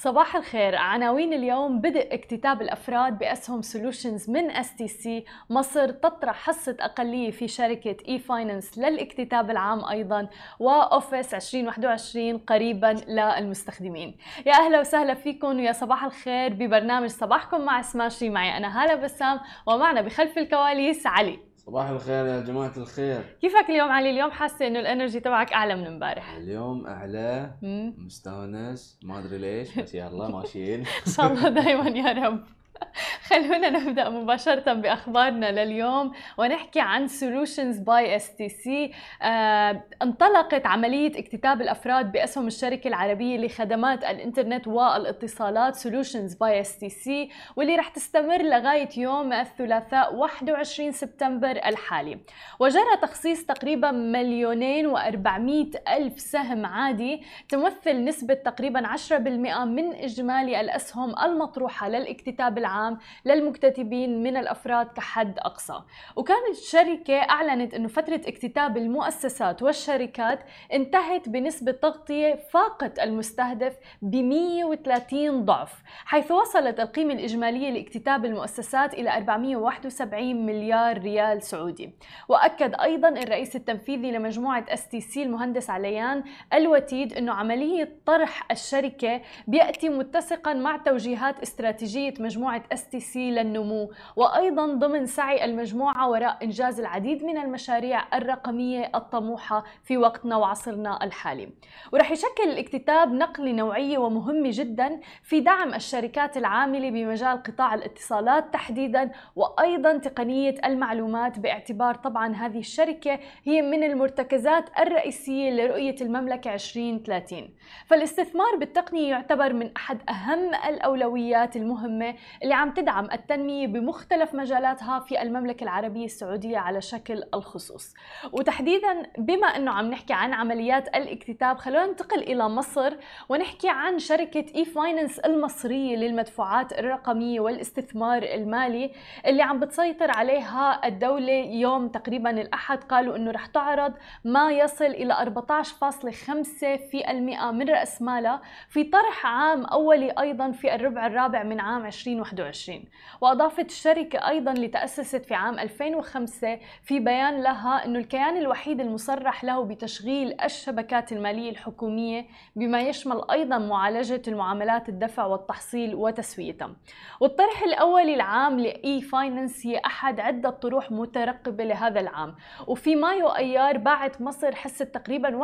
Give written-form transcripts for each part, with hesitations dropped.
صباح الخير. عناوين اليوم: بدء اكتتاب الأفراد بأسهم سولوشنز من STC. مصر تطرح حصة أقلية في شركة eFinance للاكتتاب العام أيضا، وأوفيس 2021 قريبا للمستخدمين. يا أهلا وسهلا فيكم ويا صباح الخير ببرنامج صباحكم مع سماشي. معي أنا هالة بسام، ومعنا بخلف الكواليس علي. صباح الخير يا جماعة الخير. كيفك اليوم علي؟ اليوم حاسة إنه الانرجي تبعك أعلى من امبارح. اليوم أعلى، مستانس، ما أدري ليش بس يلا ماشيين. إن شاء الله دايما يا رب. خلونا نبدأ مباشرة بأخبارنا لليوم ونحكي عن Solutions by STC. انطلقت عملية اكتتاب الأفراد بأسهم الشركة العربية لخدمات الإنترنت والاتصالات Solutions by STC، واللي رح تستمر لغاية يوم الثلاثاء 21 سبتمبر الحالي. وجرى تخصيص تقريبا 2,400,000 سهم عادي، تمثل نسبة تقريبا 10% من إجمالي الأسهم المطروحة للاكتتاب العام للمكتتبين من الأفراد كحد أقصى. وكانت الشركة أعلنت أنه فترة اكتتاب المؤسسات والشركات انتهت بنسبة تغطية فاقت المستهدف ب 130 ضعف، حيث وصلت القيمة الإجمالية لاكتتاب المؤسسات إلى 471 مليار ريال سعودي. وأكد أيضا الرئيس التنفيذي لمجموعة STC المهندس عليان الوتيد أنه عملية طرح الشركة بيأتي متسقا مع توجيهات استراتيجية مجموعة STC للنمو، وأيضا ضمن سعي المجموعة وراء إنجاز العديد من المشاريع الرقمية الطموحة في وقتنا وعصرنا الحالي. ورح يشكل الاكتتاب نقلة نوعية ومهمة جدا في دعم الشركات العاملة بمجال قطاع الاتصالات تحديدا، وأيضا تقنية المعلومات، باعتبار طبعا هذه الشركة هي من المرتكزات الرئيسية لرؤية المملكة 2030. فالاستثمار بالتقنية يعتبر من أحد أهم الأولويات المهمة اللي عم تدعم التنمية بمختلف مجالاتها في المملكة العربية السعودية على شكل الخصوص. وتحديدا بما أنه عم نحكي عن عمليات الاكتتاب، خلونا ننتقل إلى مصر ونحكي عن شركة eFinance المصرية للمدفوعات الرقمية والاستثمار المالي، اللي عم بتسيطر عليها الدولة. يوم تقريبا الأحد قالوا أنه رح تعرض ما يصل إلى 14.5% من رأس مالها في طرح عام أولي أيضا في الربع الرابع من عام 2021. وأضافت الشركة أيضا اللي تأسست في عام 2005 في بيان لها أنه الكيان الوحيد المصرح له بتشغيل الشبكات المالية الحكومية، بما يشمل أيضا معالجة المعاملات الدفع والتحصيل وتسويتها. والطرح الأولي العام لإي-فاينانس هي أحد عدة طروح مترقبة لهذا العام. وفي مايو أيار باعت مصر حصة تقريبا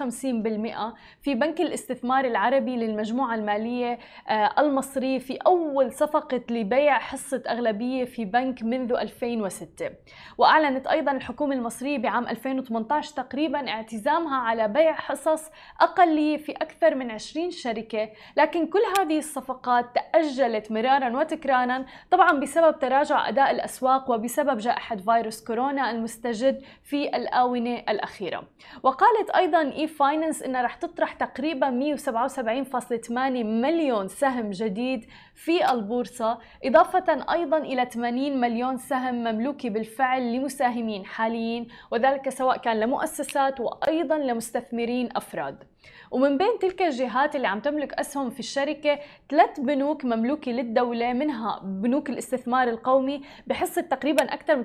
51% في بنك الاستثمار العربي للمجموعة المالية المصرية في أول صفقة لبيع حصة أغلبية في بنك منذ 2006. وأعلنت أيضا الحكومة المصرية بعام 2018 تقريبا اعتزامها على بيع حصص أقلية في أكثر من 20 شركة، لكن كل هذه الصفقات تأجلت مرارا وتكرارا، طبعا بسبب تراجع أداء الأسواق وبسبب جائحة فيروس كورونا المستجد في الآونة الأخيرة. وقالت أيضا eFinance إنها رح تطرح تقريبا 177.8 مليون سهم جديد في البورصة، إضافة أيضا إلى 80 مليون سهم مملوكي بالفعل لمساهمين حاليين، وذلك سواء كان لمؤسسات وأيضا لمستثمرين أفراد. ومن بين تلك الجهات اللي عم تملك أسهم في الشركة 3 بنوك مملوكة للدولة، منها بنوك الاستثمار القومي بحصة تقريبا أكثر من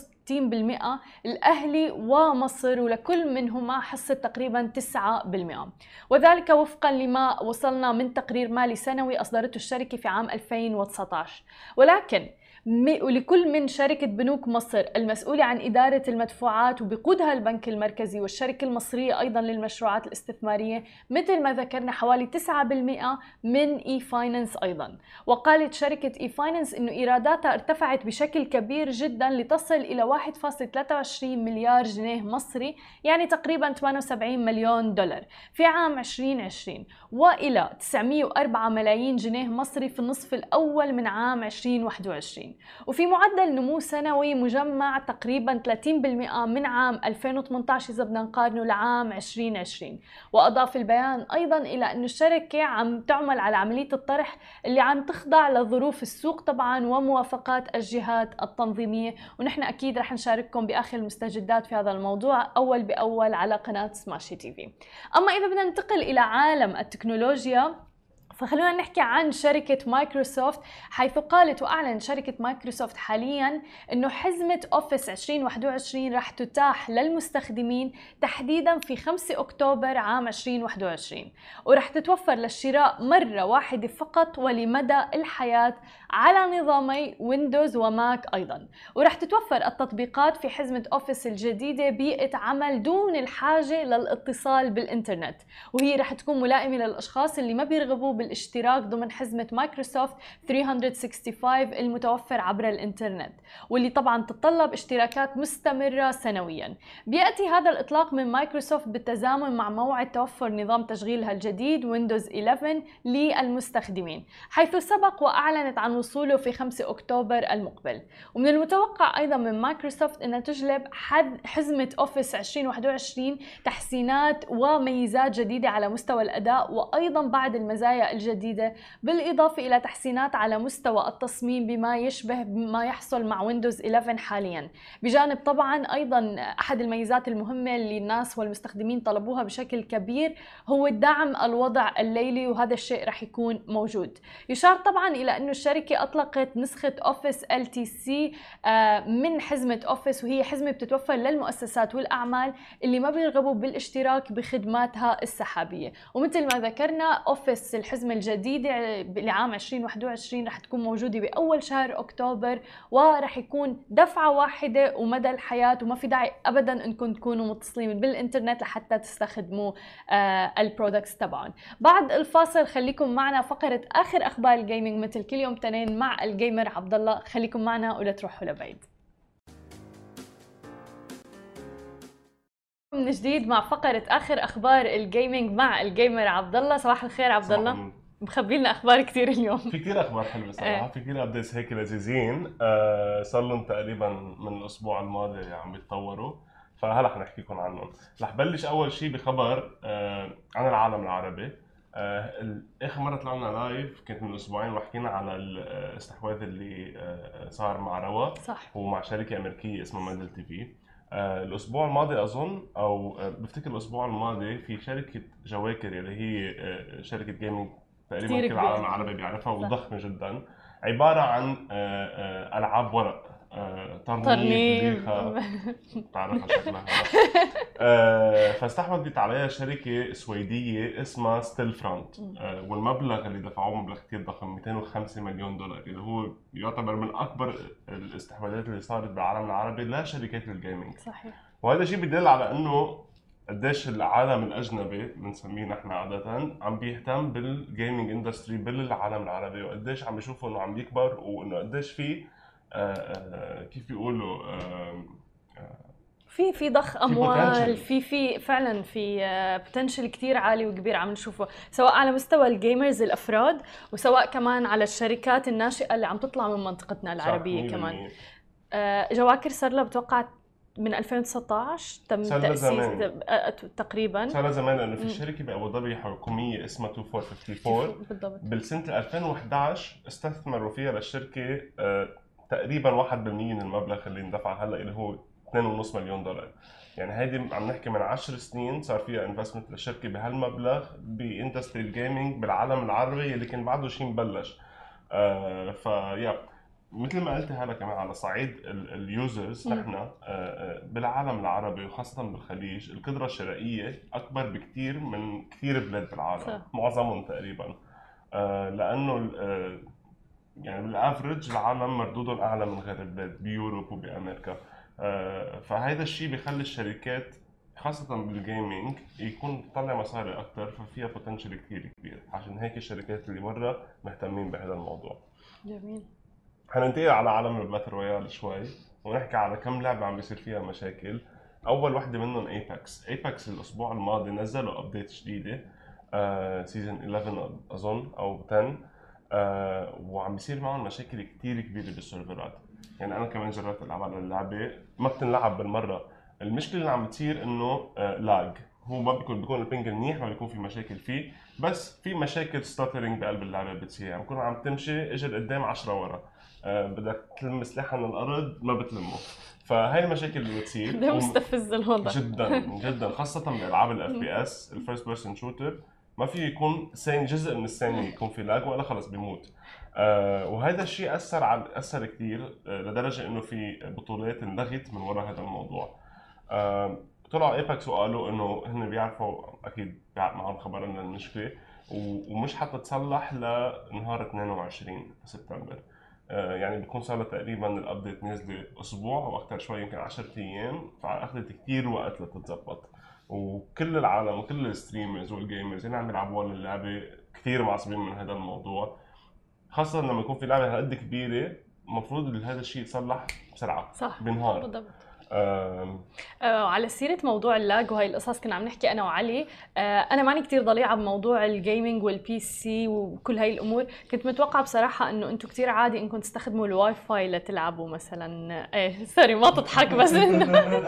63%، الأهلي ومصر، ولكل منهما حصة تقريبا 9%، وذلك وفقا لما وصلنا من تقرير مالي سنوي أصدرته الشركة في عام 2019. ولكن ولكل من شركة بنوك مصر المسؤولة عن إدارة المدفوعات وبقودها البنك المركزي، والشركة المصرية أيضا للمشروعات الاستثمارية مثل ما ذكرنا حوالي 9% من eFinance أيضا. وقالت شركة eFinance إنه إيراداتها ارتفعت بشكل كبير جدا لتصل إلى 1.23 مليار جنيه مصري، يعني تقريبا 78 مليون دولار في عام 2020، وإلى 904 ملايين جنيه مصري في النصف الأول من عام 2021. وفي معدل نمو سنوي مجمع تقريبا 30% من عام 2018 إذا بدنا نقارنه لعام 2020. وأضاف البيان أيضا إلى أن الشركة عم تعمل على عملية الطرح اللي عم تخضع لظروف السوق طبعا وموافقات الجهات التنظيمية، ونحن أكيد رح نشارككم بآخر المستجدات في هذا الموضوع أول بأول على قناة سماشي تي في. أما إذا بدنا ننتقل إلى عالم التكنولوجيا، فخلونا نحكي عن شركة مايكروسوفت، حيث قالت وأعلنت شركة مايكروسوفت حالياً أنه حزمة أوفيس 2021 رح تتاح للمستخدمين تحديداً في 5 أكتوبر عام 2021، ورح تتوفر للشراء مرة واحدة فقط ولمدى الحياة على نظامي ويندوز وماك أيضاً. ورح تتوفر التطبيقات في حزمة أوفيس الجديدة بيئة عمل دون الحاجة للاتصال بالإنترنت، وهي رح تكون ملائمة للأشخاص اللي ما بيرغبوا بالاشتراك ضمن حزمة مايكروسوفت 365 المتوفر عبر الإنترنت، واللي طبعا تتطلب اشتراكات مستمرة سنويا. بيأتي هذا الإطلاق من مايكروسوفت بالتزامن مع موعد توفر نظام تشغيلها الجديد ويندوز 11 للمستخدمين، حيث سبق وأعلنت عن وصوله في 5 أكتوبر المقبل. ومن المتوقع أيضا من مايكروسوفت أن تجلب حزمة أوفيس 2021 تحسينات وميزات جديدة على مستوى الأداء، وأيضا بعض المزايا الجديدة، بالإضافة إلى تحسينات على مستوى التصميم بما يشبه ما يحصل مع ويندوز 11 حاليا. بجانب طبعا أيضا أحد الميزات المهمة اللي الناس والمستخدمين طلبوها بشكل كبير هو الدعم الوضع الليلي، وهذا الشيء رح يكون موجود. يشار طبعا إلى أنه الشركة أطلقت نسخة أوفيس LTC من حزمة أوفيس، وهي حزمة بتتوفر للمؤسسات والأعمال اللي ما بيرغبوا بالاشتراك بخدماتها السحابية. ومثل ما ذكرنا أوفيس الحزمة الجديدة لعام 2021 رح تكون موجودة بأول شهر أكتوبر، ورح يكون دفعة واحدة ومدى الحياة، وما في داعي أبدا أنكم تكونوا متصلين بالإنترنت لحتى تستخدموا البرودكتس تبعهم. بعد الفاصل خليكم معنا فقرة آخر أخبار الجيمنج مثل كل يوم تنين مع الجيمر عبد الله، خليكم معنا ولا تروحوا لبعيد. من جديد مع فقرة آخر أخبار الجيمنج مع الجيمر عبد الله. صباح الخير عبد الله، مخبي لنا أخبار كثير اليوم. في كثير أخبار حلوة صراحة، في كثير أبديتس هيك لذيذين. صار لهم تقريبا من الأسبوع الماضي عم يتطوروا، فهلا حنحكي لكم عنهم. رح بلش أول شيء بخبر عن العالم العربي. آخر مرة طلعنا لايف كانت من أسبوعين وحكينا على الاستحواذ اللي صار مع روا، صح، ومع شركة أمريكية اسمها ماندل تي في. الأسبوع الماضي أظن، أو بفتكر الأسبوع الماضي، في شركة جواكر اللي هي شركة جيمنج تقريبا كل العالم العربي بيعرفها وضخمة جدا، عبارة عن ألعاب ورق، ترنيب تعرفها شكلها. فاستحوذت عليها شركة سويدية اسمها ستيل فرونت، والمبلغ اللي دفعوه مبلغ كتير ضخم، 205 مليون دولار، اللي هو يعتبر من أكبر الاستحواذات اللي صارت بالعالم العربي لشركات الجيمنج. صحيح. وهذا شيء بيدل على إنه قديش العالم الأجنبي بنسميه نحن عادة عم بيهتم بالجيمنج اندستري بالعالم العربي، وقديش عم بيشوفوا إنه عم يكبر، وإنه قديش في كيف بيقولوا في ضخ اموال، في فعلا في بوتنشل كثير عالي وكبير عم نشوفه، سواء على مستوى الجيمرز الافراد، وسواء كمان على الشركات الناشئه اللي عم تطلع من منطقتنا العربيه كمان. جواكر صار لها بتوقع من 2019 تم تأسيس تقريبا. صار زمان، لانه في شركه بابو ظبي حكوميه اسمها 2454 بالضبط. بالسنه 2011 استثمروا فيها للشركه تقريبا 1% من المبلغ اللي اندفع هلا، اللي هو 2.5 مليون دولار. يعني هيدي عم نحكي من 10 سنين صار فيها انفستمنت للشركه بهالمبلغ باندستري الجيمنج بالعالم العربي اللي كان بعده شيء مبلش. فيا مثل ما قلت هلا كمان على صعيد اليوزرز، نحن بالعالم العربي وخاصه بالخليج القدره الشرائيه اكبر بكثير من كثير بلاد بالعالم، معظمهم تقريبا، لانه يعني بالافرج العالم مردودهم اعلى من غير البلاد بيوروب وبامريكا. فهذا الشيء بيخلي الشركات خاصة بالجيمنج يكون تطلع مصاري أكتر، ففيها بوتنشل كتير كبير، عشان هيك الشركات اللي برا مهتمين بهذا الموضوع. جميل. حننتقل على عالم الباتل رويال شوي ونحكي على كم لعبة عم بيصير فيها مشاكل. أول وحدة منهم ايباكس الأسبوع الماضي نزلوا أبديت جديدة، سيزن 11 أظن أو 10، وعم بيصير معهم مشاكل كتير كبيرة بالسيرفرات. يعني أنا كمان جربت ألعب على اللعبة، ما بتنلعب بالمرة. المشكلة اللي عم بتصير إنه لاج، هو ما بيكون البينج منيح، ما بيكون في مشاكل فيه، بس في مشاكل ستاترينج بقلب اللعبة بتصير. يعني بكون عم تمشي اجي قدام 10 ورا، بدك تلم سلاح من الأرض ما بتلمه. فهاي المشاكل اللي بتصير ده مستفز الوضع جدا جدا، خاصة بالألعاب الFPS الفيرست بيرسون شوتر. ما في يكون ثاني جزء من الثانيه يكون في لاج ولا خلص بيموت. وهذا الشيء اثر كثير لدرجه انه في بطولات انلغت من وراء هذا الموضوع. طلعوا ايباكس وقالوا انه هن بيعرفوا اكيد معهم خبر عن المشكله ومش حتتصلح لنهار 22 سبتمبر. يعني بيكون صار تقريبا الابديت نازله اسبوع او اكثر شوي، يمكن 10 ايام، فاخذت كثير وقت لتتظبط. وكل العالم وكل الستريمرز والجيمرز اللي عم يلعبوا اللعبه كثير معصبين من هذا الموضوع، خاصه لما يكون في لعبه هالقد كبيره. المفروض هذا الشيء يتصلح بسرعه، صح بنهار. بالضبط. على سيرة موضوع اللاج وهي القصص كنا عم نحكي أنا وعلي. أنا ماني كتير ضليعة بموضوع الجيمنج والبي سي وكل هاي الأمور. كنت متوقعة بصراحة إنه أنتم كتير عادي إنكم تستخدموا الواي فاي لتلعبوا مثلا. سوري ما تضحك بس إنه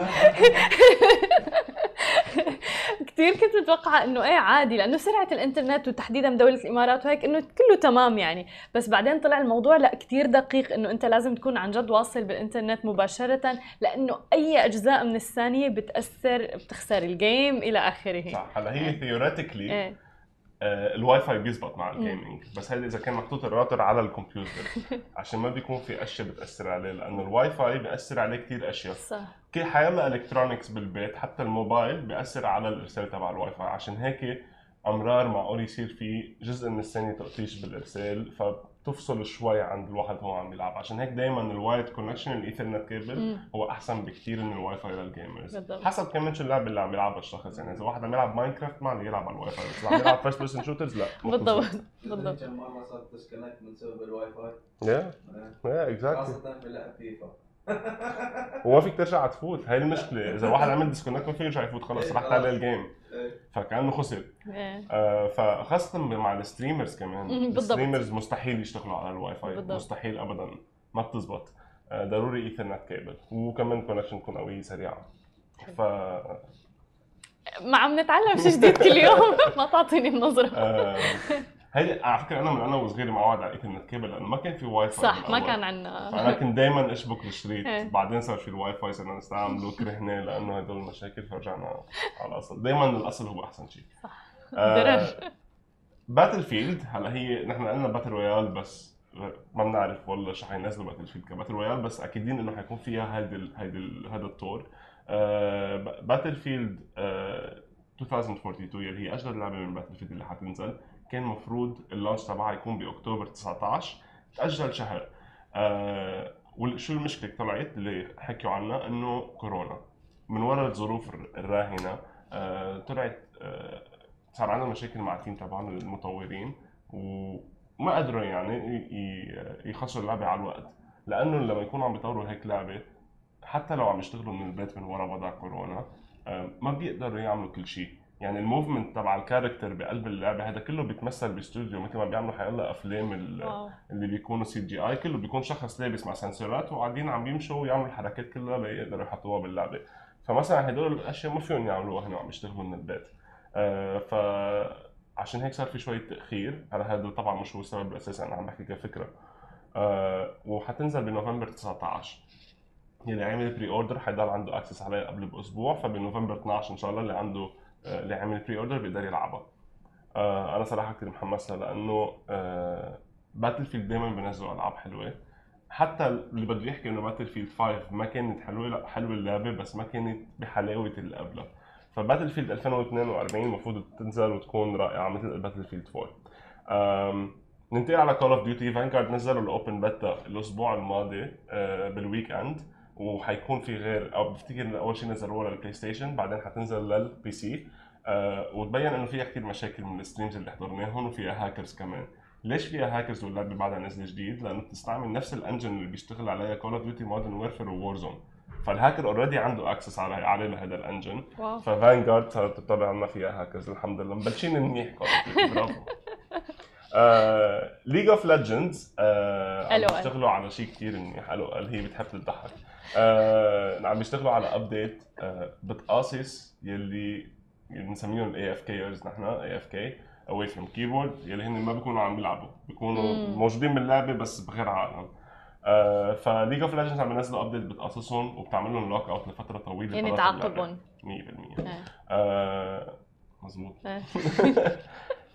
كتير كنت متوقعة إنه عادي، لأنه سرعة الإنترنت وتحديدا بدولة الإمارات وهيك إنه كله تمام يعني. بس بعدين طلع الموضوع لا كتير دقيق، إنه أنت لازم تكون عن جد واصل بالإنترنت مباشرة، لأنه أي أجزاء من الثانية بتخسر الجيم إلى آخره. صح. هلا هي ثيوريتيكلي الواي فاي بيزبط مع الجيمنج، بس هذا اذا كان محطوط الراوتر على الكمبيوتر عشان ما بيكون في اشياء بتاثر عليه، لانه الواي فاي بياثر عليه كثير اشياء. صح. كل حيلا الكترونكس بالبيت حتى الموبايل بياثر على الارسال تبع الواي فاي، عشان هيك امرار معقول يصير في جزء من الثانيه تقطيش بالارسال، فبتفصل شوي عند الواحد هو عم يلعب. عشان هيك دائما الوايد كونكشن الايثرنت كيبل هو احسن بكثير من الواي فاي للجيمرز، حسب كمان شو اللعبه اللي عم يلعبها الشخص. يعني اذا واحد عم يلعب ماينكرافت ما عم يلعب على الواي فاي، بس عم يلعب فيرست بيرسون شوترز لا. بالضبط بالضبط. كم مره صارت ديسكونكت من سبب الواي فاي؟ يا اكزاكتلي، خاصه في لعب فيفا. وما فيك ترجع تفوت. هاي المشكله، اذا واحد عمل ديسكونكت ما فيه يرجع يفوت، خلص راحت عليه الجيم، فكانه خسر. فخاصه مع الستريمرز كمان، الستريمرز مستحيل يشتغلوا على الواي فاي، مستحيل ابدا، ما بتزبط. ضروري ايثرنت كيبل، وكمان كونكشن تكون قويه سريعه. ف ما عم نتعلم شيء جديد كل يوم. ما تعطيني النظره. هيدي على فكره انا وصغير معود على ايثرنت كيبل، لانه ما كان في واي فاي. صح، ما كان عندنا. فانا كنت دائما اشبك الشريط. بعدين صار في الواي فاي، صرنا نستعمله، كرهناه لانه هدول المشاكل، فرجعنا على الاصل. دائما الاصل هو احسن شيء. صح. باتل فيلد، هلا هي نحن قلنا باتل رويال، بس ما بنعرف والله شو حينزلوا باتل فيلد كباتل رويال، بس اكيدين انه حيكون فيها هذا الطور. باتل فيلد 2042 يلي هي اجدد لعبه من باتل فيلد اللي حتنزل، كان مفروض اللانش تبعها يكون باكتوبر 19، تاجل شهر. وشو المشكله طلعت اللي حكيوا عنها؟ انه كورونا من وراء الظروف الراهنه. طلعت صار عندنا مشاكل مع التيم تبعنا المطورين، وما قدروا يعني يخلصوا اللعبه على الوقت، لانه لما يكونوا عم بيطوروا هيك لعبه حتى لو عم يشتغلوا من البيت من وراء وضع كورونا ما بيقدروا يعملوا كل شيء. يعني الموفمنت تبع الكاركتر بقلب اللعبه هذا كله بيتمثل باستوديو، مثل ما بيعملوا حيلا افلام اللي بيكونوا CGI، كله بيكون شخص لابس مع سنسورات وقاعدين عم بيمشوا ويعملوا الحركات كلها ليقدروا يحطوها باللعبه. فمثلا هدول الاشياء ما فيهم يعملوها هنا عم يشتغلوا من البيت. فعشان هيك صار في شويه تاخير. على هذا طبعا مش هو السبب الاساسي، انا عم بحكي كفكره. وحتنزل بنوفمبر 19. اللي عامل بري اوردر حيضل عنده اكسس عليها قبل باسبوع، فبنوفمبر 12 ان شاء الله اللي عامل بري اوردر بيقدر يلعبها. انا صراحه كثير محمس لها، لانه باتل فيلد دائما بينزلوا العاب حلوه. حتى اللي بده يحكي انه باتل فيلد 5 ما كانت حلوه، لا حلوه اللعبه بس ما كانت بحلاوه اللي قبلها. فباتل فيلد 2042 المفروض تنزل وتكون رائعه مثل باتل فيلد 4. ننتقل على كول اوف ديوتي. فانجارد نزلوا الاوبن بيتا الاسبوع الماضي بالويك اند، وحيكون في غير، او بفتكر اول شيء نزلوها للبلاي ستيشن، بعدين حتنزل للبي سي. وتبين انه فيها كثير مشاكل من الستريمز اللي حضرناهم، وفيها هاكرز كمان. ليش فيها هاكرز واللعبه بعدها نازله جديد؟ لانه بتستعمل نفس الانجن اللي بيشتغل عليها كول اوف ديوتي مودرن وورفير وورزون، فالهاكر اوريدي عنده اكسس على لهذا الانجن. ففانجارد صارت تطلع لنا فيها هاكرز. الحمد لله مبلشين منيح كول اوف ديوتي، برافو. ليج اوف ليجندز عم بيشتغلوا على شيء كثير منيح. اللي هي بتحب تضحك. عم بيشتغلوا على ابديت بتقاصص يلي بنسميهم الاي اف كيرز، نحن اي اف كي away from keyboard، يلي هن ما بيكونوا عم بيلعبوا، بيكونوا موجودين باللعبه بس بغير عالم. فليج اوف ليجندز عم ينزلوا ابديت بتقاصصهم وبتعمل لهم لوك اوت لفتره طويله، يعني تعاقبهم 100%. مزبوط.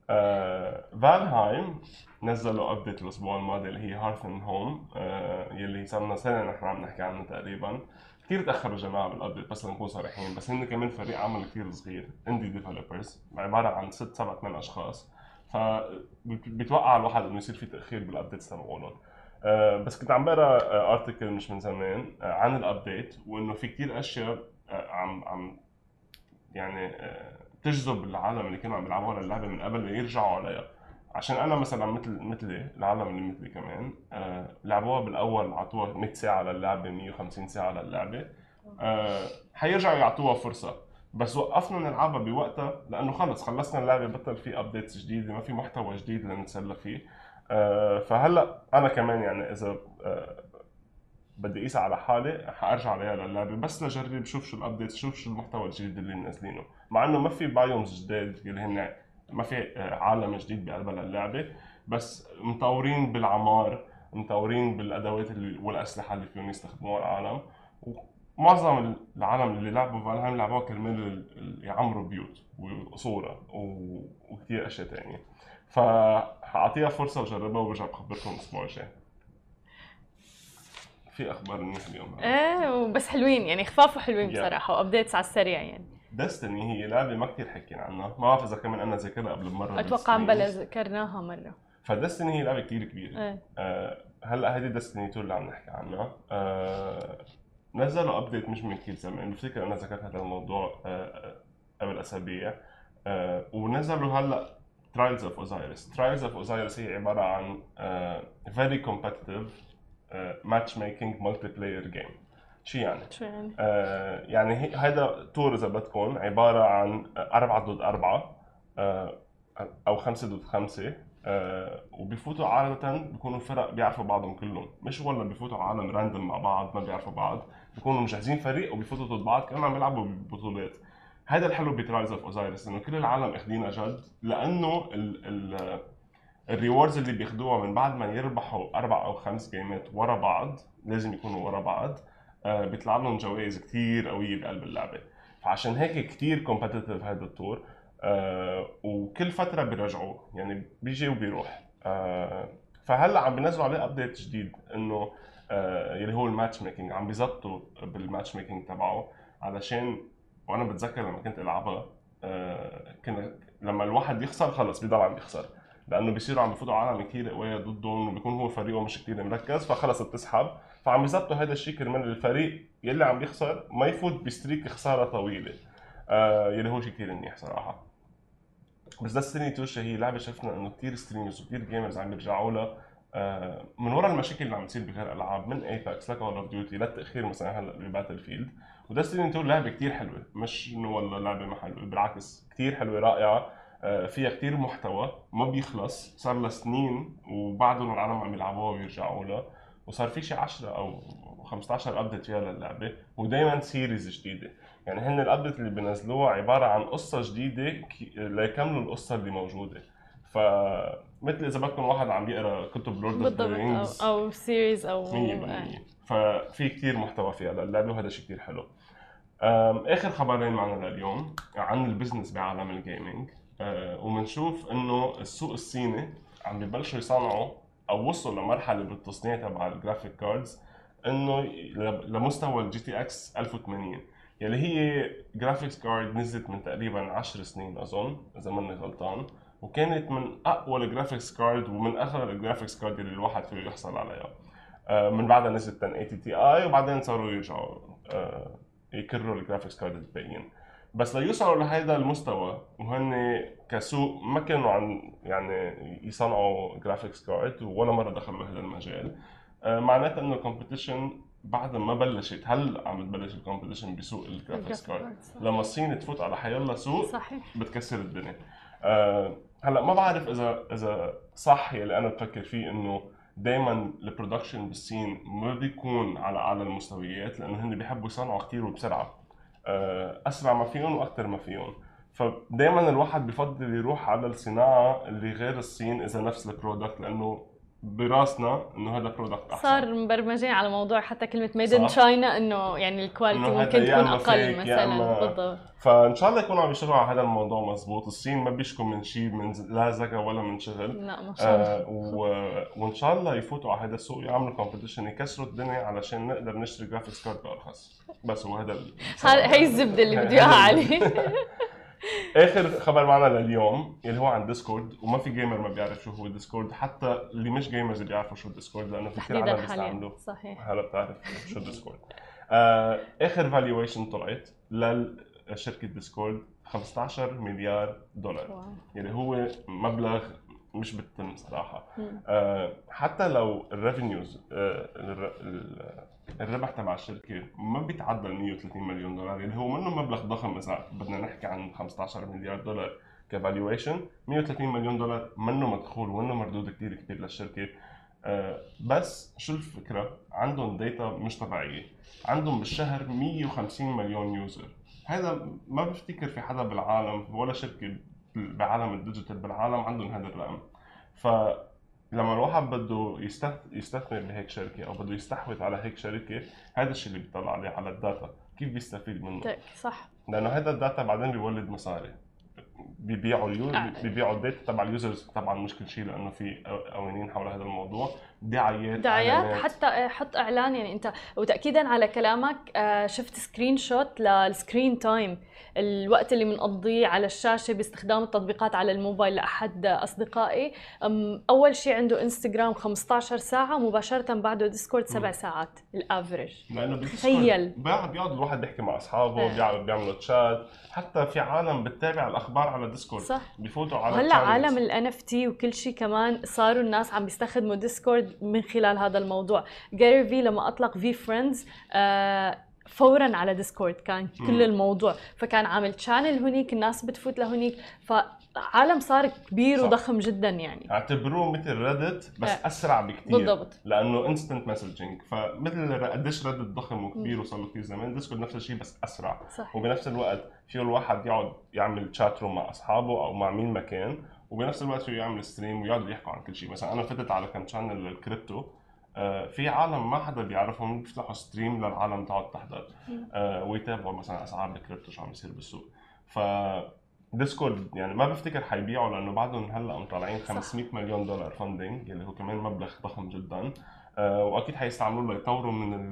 فالهايم نزلوا ابديت الاسبوع الماضي اللي هي هارث اند هوم، يلي صار لنا سنه نحن عم نحكي عنه تقريبا. كثير تاخروا الجماعه بالابديت بس لنكون صريحين، بس هن كمان فريق عمل كثير صغير، اندي ديفلوبرز عباره عن 6 7 8 اشخاص، فبيتوقع الواحد انه يصير في تاخير بالابديتس تبعولهم. بس كنت عم بقرا ارتكل مش من زمان عن الابديت، وانه في كثير اشياء عم يعني تجذب العالم اللي كانوا عم يلعبوا على اللعبه من قبل ليرجعوا عليها. عشان انا مثلا مثلي العالم اللي مثلي كمان لعبوها بالاول، عطوها 100 ساعه للعبه، 150 ساعه للعبه، حيرجعوا يعطوها فرصه. بس وقفنا نلعبها بوقتها لانه خلصنا اللعبه، بطل في ابديتس جديده، ما في محتوى جديد لنتسلى فيه. فهلا انا كمان يعني اذا بدي اقيس على حالي حارجع عليها للعبه بس لجرب شوف شو الابديتس، شوف شو المحتوى الجديد اللي منزلينه، مع انه ما في بايومز جداد اللي هن ما في عالم جديد بقلبها للعبه، بس مطورين بالعمار، مطورين بالادوات والاسلحه اللي فيهم يستخدموها العالم. ومعظم العالم اللي لعبوا فالهايم لعبوها كرمال يعمروا بيوت وقصورها وكثير اشياء ثانيه. فحاعطيها فرصه وجربها وبرجع بخبركم الاسبوع الجاي. في اخبار منيحه اليوم. ايه بس حلوين يعني، خفاف وحلوين بصراحه، وابديتس على السريع يعني. دستني هي لعبه ما كثير حكينا عنها، ما بعرف اذا كمان انا ذاكرها قبل بمره، اتوقع بلا ذكرناها مره. فدستني هي لعبه كثير كبيره. ايه. هلا هيدي دستني 2 اللي عم نحكي عنها. نزلوا ابديت مش من كثير زمان، بفتكر انا ذكرت هذا الموضوع قبل اسابيع. ونزلوا هلا ترايلز اوف اوزايرس. ترايلز اوف اوزايرس هي عباره عن فيري كومبتيتيف ماتش ميكينج مالتي بلاير جيم. شو يعني؟ يعني هذا تور اذا بدكم عباره عن 4 ضد 4 او 5 ضد 5، وبيفوتوا عاده بيكونوا فرق بيعرفوا بعضهم كلهم، مش ولا بيفوتوا عالم راندوم مع بعض ما بيعرفوا بعض، بيكونوا مجهزين فريق وبيفوتوا ضد بعض كانوا عم يلعبوا ببطولات. هذا الحلو بترايلز اوف اوزايرس، انه كل العالم اخذينها جد، لانه الريوردز اللي بياخدوها من بعد ما يربحوا 4 أو 5 جيمات ورا بعض، لازم يكونوا ورا بعض، بيطلع لهم جوائز كتير قوية بقلب اللعبة. فعشان هيك كتير كومبتيتيف هذا التور، وكل فترة بيرجعوه يعني بيجي وبيروح. فهلا عم بينزلوا عليه ابديت جديد، انه اللي هو الماتش ميكينج، عم بيزبطوا بالماتش ميكينج تبعه. علشان وانا بتذكر لما كنت العبها كنا لما الواحد يخسر خلص بيضل عم يخسر، لانه بيصيروا عم بفوتوا عالم كثير قوية ضدهم، وبيكون هو فريقه مش كثير مركز، فخلص بتسحب. فعم يظبطوا هذا الشيء كرمال الفريق يلي عم يخسر ما يفوت بستريك خساره طويله، يلي هو شيء كثير منيح صراحه. بس دستني 2 هي لعبه شفنا انه كثير ستريمرز وكثير جيمرز عم يرجعوا لها من وراء المشاكل اللي عم تصير بغير الالعاب، من ايباكس لكول اوف ديوتي للتاخير مثلا هلا بباتل فيلد. ودستني 2 لعبه كثير حلوه، مش انه والله لعبه ما حلوه، بالعكس كثير حلوه رائعه، فيها كتير محتوى ما بيخلص، صار له سنين وبعدهم العالم عم يلعبوها ويرجعوا لها، وصار في شي 10 او 15 ابديت فيها للعبه، ودائما سيريز جديده. يعني هن الابديت اللي بينزلوها عباره عن قصه جديده ليكملوا القصه اللي موجوده. فمثل اذا بدكم واحد عم يقرا كتب لورد اوف ذا رينجز او سيريز او 100%، ففي كتير محتوى فيها للعبه، وهذا شيء كتير حلو. اخر خبرين معنا لليوم عن البزنس بعالم الجيمنج. ومنشوف انه السوق الصيني عم ببلشوا يصنعوا او وصلوا لمرحله بالتصنيع تبع الجرافيك كاردز انه لمستوى الجي تي اكس 1080، يلي هي جرافيكس كارد نزلت من تقريبا 10 سنين اظن اذا ماني غلطان، وكانت من اقوى الجرافيكس كارد ومن اغلى الجرافيكس كارد اللي الواحد فيه يحصل عليها. من بعدها نزلت 1080 تي اي، وبعدين صاروا يرجعوا يكرروا الجرافيكس كارد الباقيين. بس ليوصلوا لهذا المستوى وهن كسوق ما كانوا عن يعني يصنعوا جرافيكس كارد ولا مره دخلوا بهذا المجال، معناتها انه الكومبيتيشن بعد ما بلشت، هل عم تبلش الكومبيتيشن بسوق الجرافيكس كارد. لما الصين تفوت على حيلا سوق صحيح بتكسر الدنيا. هلا ما بعرف اذا صح يلي انا بفكر فيه، انه دائما البرودكشن بالصين ما بيكون على اعلى المستويات، لانه هن بيحبوا يصنعوا كثير وبسرعه، اسرع ما فيهم واكثر ما فيهم. فدائما الواحد بفضل يروح على الصناعه اللي غير الصين اذا نفس البرودكت، لانه براسنا انه هذا برودكت احسن. صار مبرمجين على موضوع حتى كلمه ميد ان صح. تشاينا انه يعني الكواليتي إنه ممكن هذا يا تكون إما اقل fake يا مثلا. إما- بالضبط. فان شاء الله يكونوا عم يشتغلوا على هذا الموضوع مزبوط. الصين ما بيشكوا من شيء، من لا زكا ولا من شغل. لا ما شاء الله. وان شاء الله يفوتوا على هذا السوق، يعملوا كومبيتيشن، يكسروا الدنيا علشان نقدر نشتري جرافيكس كارد بارخص. بس هو هذا هي الزبده اللي بدي اياها علي. اخر خبر معنا لليوم اللي هو عن ديسكورد، وما في جيمر ما بيعرف شو هو ديسكورد، حتى اللي مش جيمرز بيعرفوا شو ديسكورد لانه في كثير عالم تحديدا حاليا بيستعملوه. صحيح. هلا بتعرف شو ديسكورد. اخر فالويشن طلعت لشركه ديسكورد 15 مليار دولار. واو. يعني هو مبلغ مش بتم صراحه. مم. حتى لو الريفينيوز الربح تبع الشركه ما بيتعدى ال 130 مليون دولار، اللي هو منه مبلغ ضخم اذا بدنا نحكي عن 15 مليار دولار كفالويشن. 130 مليون دولار منه مدخول ومنه مردود كثير كبير للشركه. بس شو الفكره؟ عندهم داتا مش طبيعيه، عندهم بالشهر 150 مليون يوزر. هذا ما بفتكر في حدا بالعالم ولا شركه بعالم الديجيتال بالعالم عندهم هذا الرقم. فلما الواحد بده يستثمر بهيك شركه او بده يستحوذ على هيك شركه، هذا الشيء اللي بيطلع عليه، على الداتا، كيف بيستفيد منه. صح. لانه هذا الداتا بعدين بيولد مصاري. بيبيعوا بيبيعوا الداتا تبع اليوزرز. طبعا مش كل شيء لانه في قوانين حول هذا الموضوع، دعايات دعايات، حتى حط اعلان. يعني انت وتاكيدا على كلامك شفت سكرين شوت للسكرين تايم، الوقت اللي بنقضيه على الشاشه باستخدام التطبيقات على الموبايل لاحد اصدقائي. اول شيء عنده انستغرام 15 ساعه، مباشره بعده ديسكورد 7 ساعات الافرج. لانه تخيل بيقعد الواحد بيحكي مع اصحابه، بيعملوا تشات. حتى في عالم بتتابع الاخبار على ديسكورد. صح. بيفوتوا على هلا عالم ال NFT وكل شيء كمان صاروا الناس عم بيستخدموا ديسكورد من خلال هذا الموضوع. جاري في لما اطلق في فريندز فورا على ديسكورد كان كل الموضوع، فكان عامل تشانل هنيك، الناس بتفوت لهنيك، فعالم صار كبير. صح. وضخم جدا. يعني اعتبروه مثل ريدت بس اسرع بكثير. بالضبط. لانه انستنت مسجنج، فمثل قديش ريدت ضخم وكبير وصار له كثير زمان، ديسكورد نفس الشيء بس اسرع. صح. وبنفس الوقت فيه الواحد يقعد يعمل تشات روم مع اصحابه او مع مين ما كان، وبنفس الوقت فيه يعمل ستريم ويقعدوا يحكوا عن كل شيء. مثلا انا فتت على كم شانل للكريبتو، في عالم ما حدا بيعرفهم بيفتحوا ستريم للعالم تقعد تحضر ويتابعوا مثلا اسعار الكريبتو شو عم يصير بالسوق. ف ديسكورد يعني ما بفتكر حيبيعوا لانه بعدهم هلا مطلعين 500 مليون دولار فاندنج، اللي هو كمان مبلغ ضخم جدا. واكيد حيستعملوه ليطوروا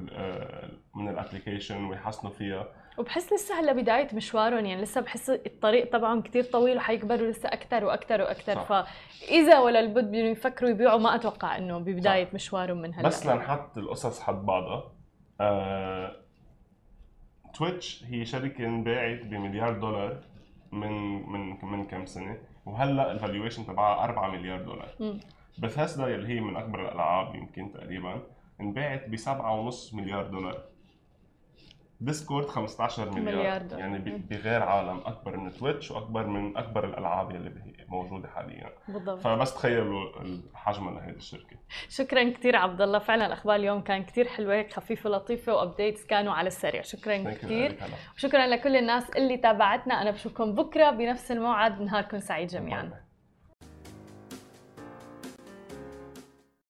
من الابلكيشن ويحسنوا فيها. وبحس لسه هلا بدايه مشوارهم، يعني لسه بحس الطريق طبعا كتير طويل وحيكبروا لسه اكثر واكثر واكثر. فاذا ولا البد بدهم يفكروا يبيعوا، ما اتوقع انه ببدايه مشوارهم من هلا. بس لنحط القصص حد بعضها، تويتش هي شركه انباعت بمليار دولار من كم سنه، وهلا الفالويشن تبعها 4 مليار دولار. بثيسدا اللي هي من اكبر الالعاب يمكن تقريبا انباعت ب 7.5 مليار دولار. ديسكورد 15 مليار دولار. يعني بغير عالم، اكبر من تويتش واكبر من اكبر الالعاب اللي موجوده حاليا. بالضبط. فبس تخيلوا الحجم لهذه الشركه. شكرا كثير عبد الله، فعلا اخبار اليوم كان كثير حلوه، هيك خفيفه لطيفه وابديتس كانوا على السريع. شكرا كثير، وشكرا لكل الناس اللي تابعتنا. انا بشوفكم بكره بنفس الموعد. نهاركم سعيد جميعا.